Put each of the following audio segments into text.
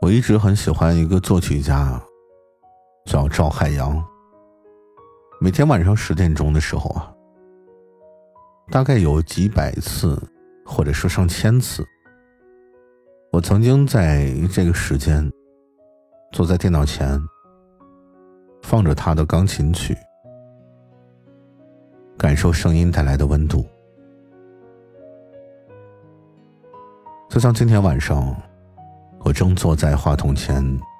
我一直很喜欢一个作曲家，叫赵海洋。每天晚上10点钟的时候啊，大概有几百次或者是上千次，我曾经在这个时间坐在电脑前，放着他的钢琴曲，感受声音带来的温度。就像今天晚上，我正坐在话筒前，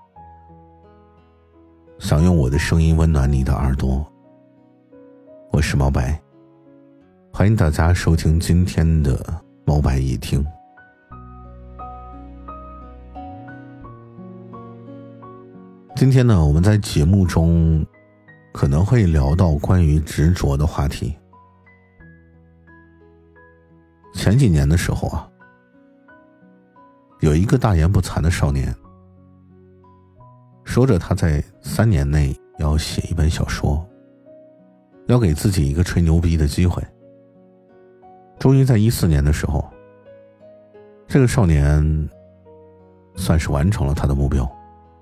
想用我的声音温暖你的耳朵。我是毛白，欢迎大家收听今天的毛白一听。今天呢，我们在节目中可能会聊到关于执着的话题。前几年的时候啊，有一个大言不惭的少年，说着他在3年内要写一本小说，要给自己一个吹牛逼的机会。终于在14年的时候，这个少年算是完成了他的目标。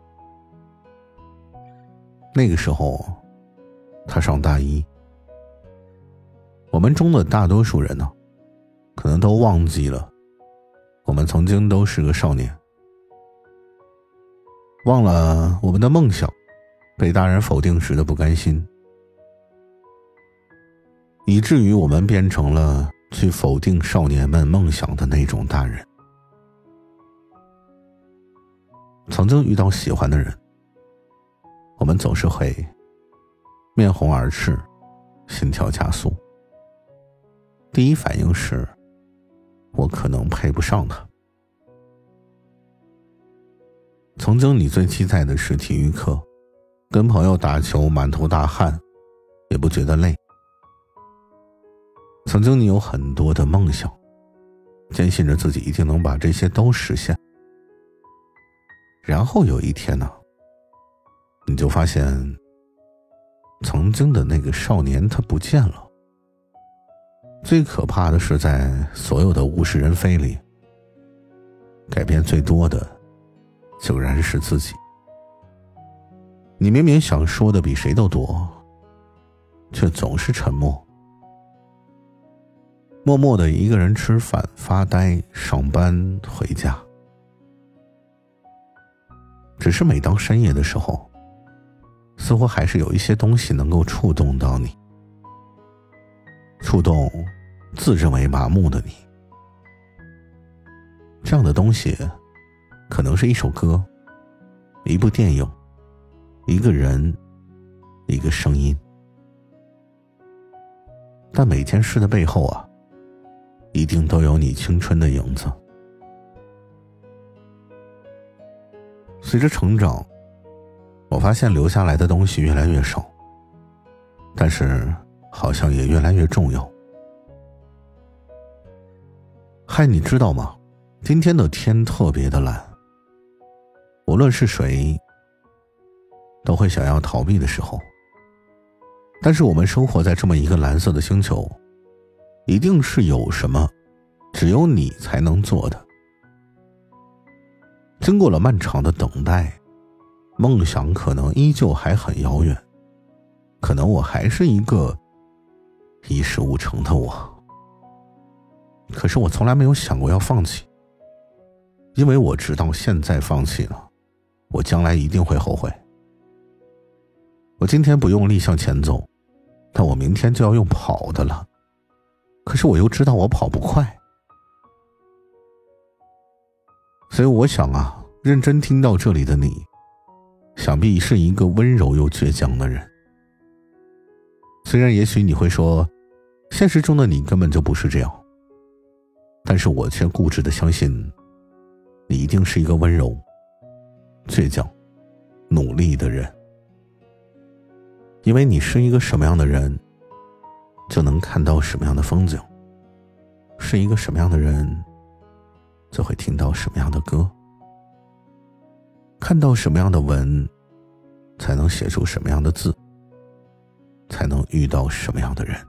那个时候他上大一。我们中的大多数人呢，可能都忘记了我们曾经都是个少年，忘了我们的梦想被大人否定时的不甘心，以至于我们变成了去否定少年们梦想的那种大人。曾经遇到喜欢的人，我们总是会面红耳赤，心跳加速，第一反应是我可能配不上他。曾经你最期待的是体育课，跟朋友打球满头大汗也不觉得累。曾经你有很多的梦想，坚信着自己一定能把这些都实现。然后有一天呢，你就发现曾经的那个少年他不见了。最可怕的是，在所有的物是人非里，改变最多的竟然是自己。你明明想说的比谁都多，却总是沉默，默默的一个人吃饭、发呆、上班、回家。只是每当深夜的时候，似乎还是有一些东西能够触动到你，触动自认为麻木的你。这样的东西可能是一首歌，一部电影，一个人，一个声音。但每件事的背后啊，一定都有你青春的影子。随着成长，我发现留下来的东西越来越少，但是好像也越来越重要。嗨，你知道吗？今天的天特别的蓝，无论是谁都会想要逃避的时候。但是我们生活在这么一个蓝色的星球，一定是有什么只有你才能做的。经过了漫长的等待，梦想可能依旧还很遥远，可能我还是一个一事无成的我。可是我从来没有想过要放弃，因为我知道现在放弃了，我将来一定会后悔。我今天不用力向前走，但我明天就要用跑的了，可是我又知道我跑不快。所以我想啊，认真听到这里的你，想必是一个温柔又倔强的人。虽然也许你会说，现实中的你根本就不是这样，但是我却固执地相信，你一定是一个温柔、倔强、努力的人。因为你是一个什么样的人，就能看到什么样的风景；是一个什么样的人，就会听到什么样的歌；看到什么样的文，才能写出什么样的字，才能遇到什么样的人。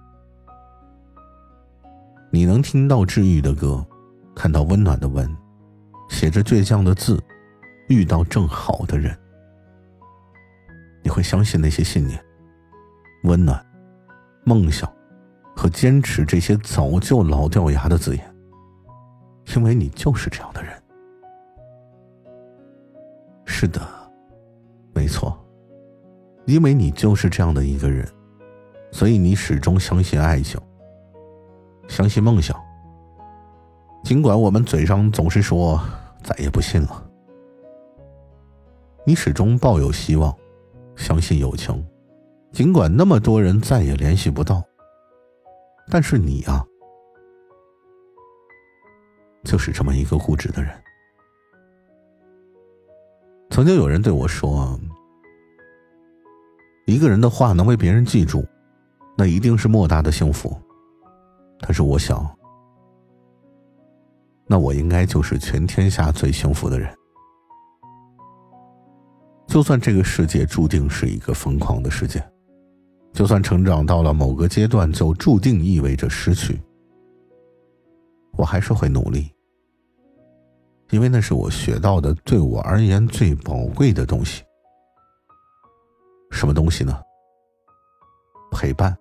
你能听到治愈的歌，看到温暖的文，写着倔强的字， 遇到正好的人。你会相信那些信念、温暖、梦想和坚持这些早就老掉牙的字眼，因为你就是这样的人。是的，没错，因为你就是这样的一个人，所以你始终相信爱情，相信梦想，尽管我们嘴上总是说再也不信了。你始终抱有希望，相信友情，尽管那么多人再也联系不到。但是你啊，就是这么一个固执的人。曾经有人对我说，一个人的话能被别人记住，那一定是莫大的幸福。但是我想，那我应该就是全天下最幸福的人。就算这个世界注定是一个疯狂的世界，就算成长到了某个阶段就注定意味着失去，我还是会努力，因为那是我学到的对我而言最宝贵的东西。什么东西呢？陪伴。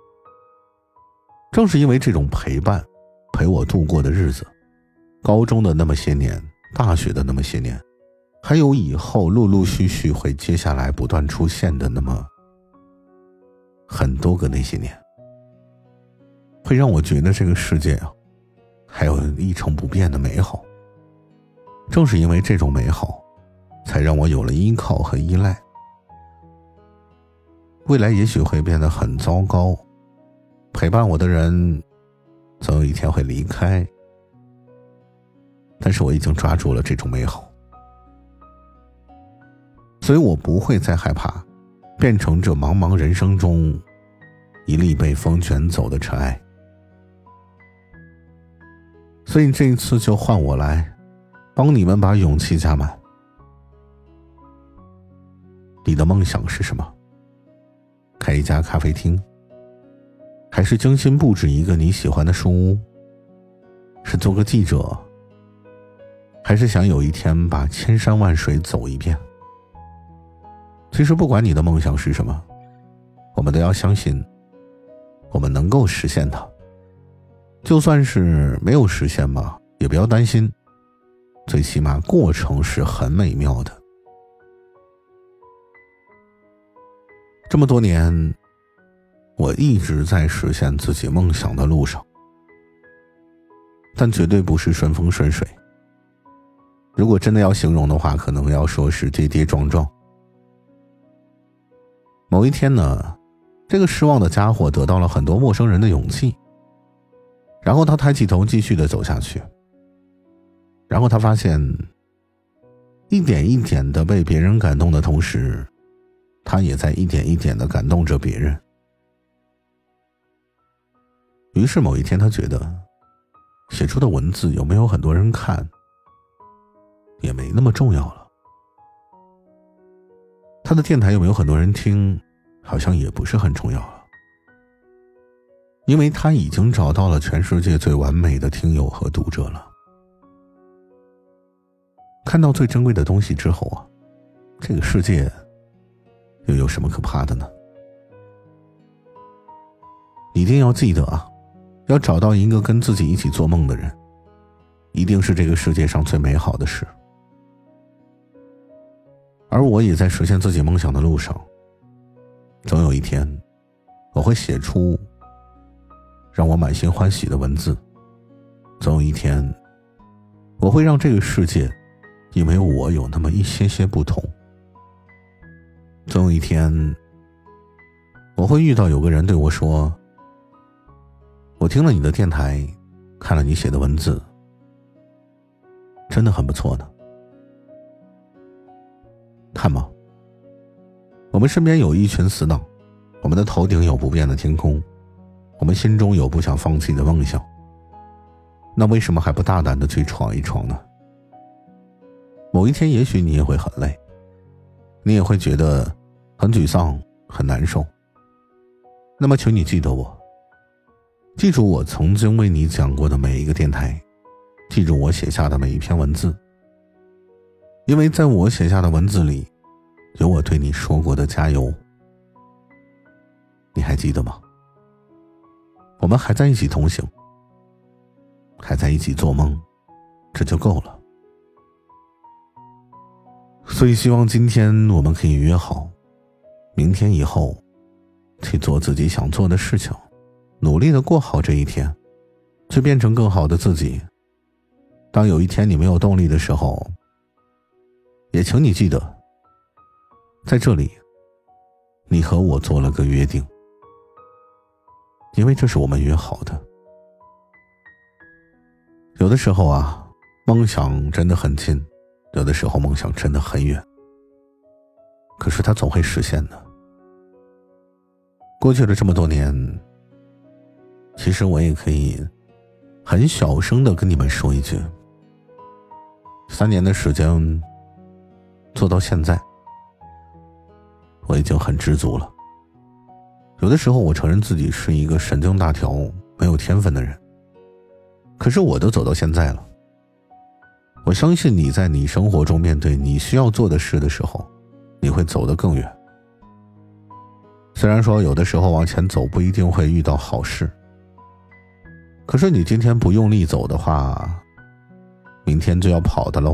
正是因为这种陪伴，陪我度过的日子，高中的那么些年，大学的那么些年，还有以后陆陆续续会接下来不断出现的那么很多个那些年，会让我觉得这个世界啊，还有一成不变的美好。正是因为这种美好，才让我有了依靠和依赖。未来也许会变得很糟糕，陪伴我的人总有一天会离开，但是我已经抓住了这种美好，所以我不会再害怕变成这茫茫人生中一粒被风卷走的尘埃。所以这一次就换我来帮你们把勇气加满。你的梦想是什么？开一家咖啡厅，还是精心布置一个你喜欢的书屋？是做个记者，还是想有一天把千山万水走一遍？其实不管你的梦想是什么，我们都要相信我们能够实现它。就算是没有实现吧，也不要担心，最起码过程是很美妙的。这么多年，我一直在实现自己梦想的路上，但绝对不是顺风顺水。如果真的要形容的话，可能要说是跌跌撞撞。某一天呢，这个失望的家伙得到了很多陌生人的勇气，然后他抬起头继续的走下去，然后他发现一点一点的被别人感动的同时，他也在一点一点的感动着别人。于是某一天他觉得写出的文字有没有很多人看也没那么重要了，他的电台有没有很多人听好像也不是很重要了，因为他已经找到了全世界最完美的听友和读者了。看到最珍贵的东西之后啊，这个世界又有什么可怕的呢？一定要记得啊，要找到一个跟自己一起做梦的人，一定是这个世界上最美好的事。而我也在实现自己梦想的路上，总有一天我会写出让我满心欢喜的文字，总有一天我会让这个世界因为我有那么一些些不同，总有一天我会遇到有个人对我说，我听了你的电台，看了你写的文字，真的很不错呢。看吧，我们身边有一群死党，我们的头顶有不变的天空，我们心中有不想放弃的梦想，那为什么还不大胆的去闯一闯呢？某一天也许你也会很累，你也会觉得很沮丧很难受，那么请你记得我，记住我曾经为你讲过的每一个电台，记住我写下的每一篇文字， 因为在我写下的文字里，有我对你说过的加油。你还记得吗？我们还在一起同行，还在一起做梦，这就够了。所以希望今天我们可以约好，明天以后去做自己想做的事情，努力的过好这一天，去变成更好的自己。当有一天你没有动力的时候，也请你记得，在这里你和我做了个约定，因为这是我们约好的。有的时候啊，梦想真的很近，有的时候梦想真的很远，可是它总会实现的。过去了这么多年，其实我也可以很小声的跟你们说一句，3年的时间做到现在，我已经很知足了。有的时候我承认自己是一个神经大条没有天分的人，可是我都走到现在了。我相信你在你生活中面对你需要做的事的时候，你会走得更远。虽然说有的时候往前走不一定会遇到好事，可是你今天不用力走的话，明天就要跑的喽。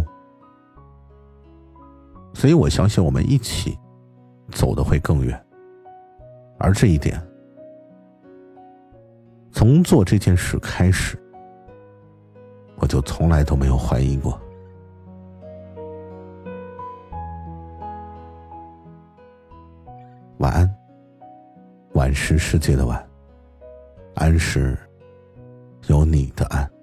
所以我相信我们一起走得会更远，而这一点从做这件事开始，我就从来都没有怀疑过。晚安，晚是世界的晚，安是有你的安。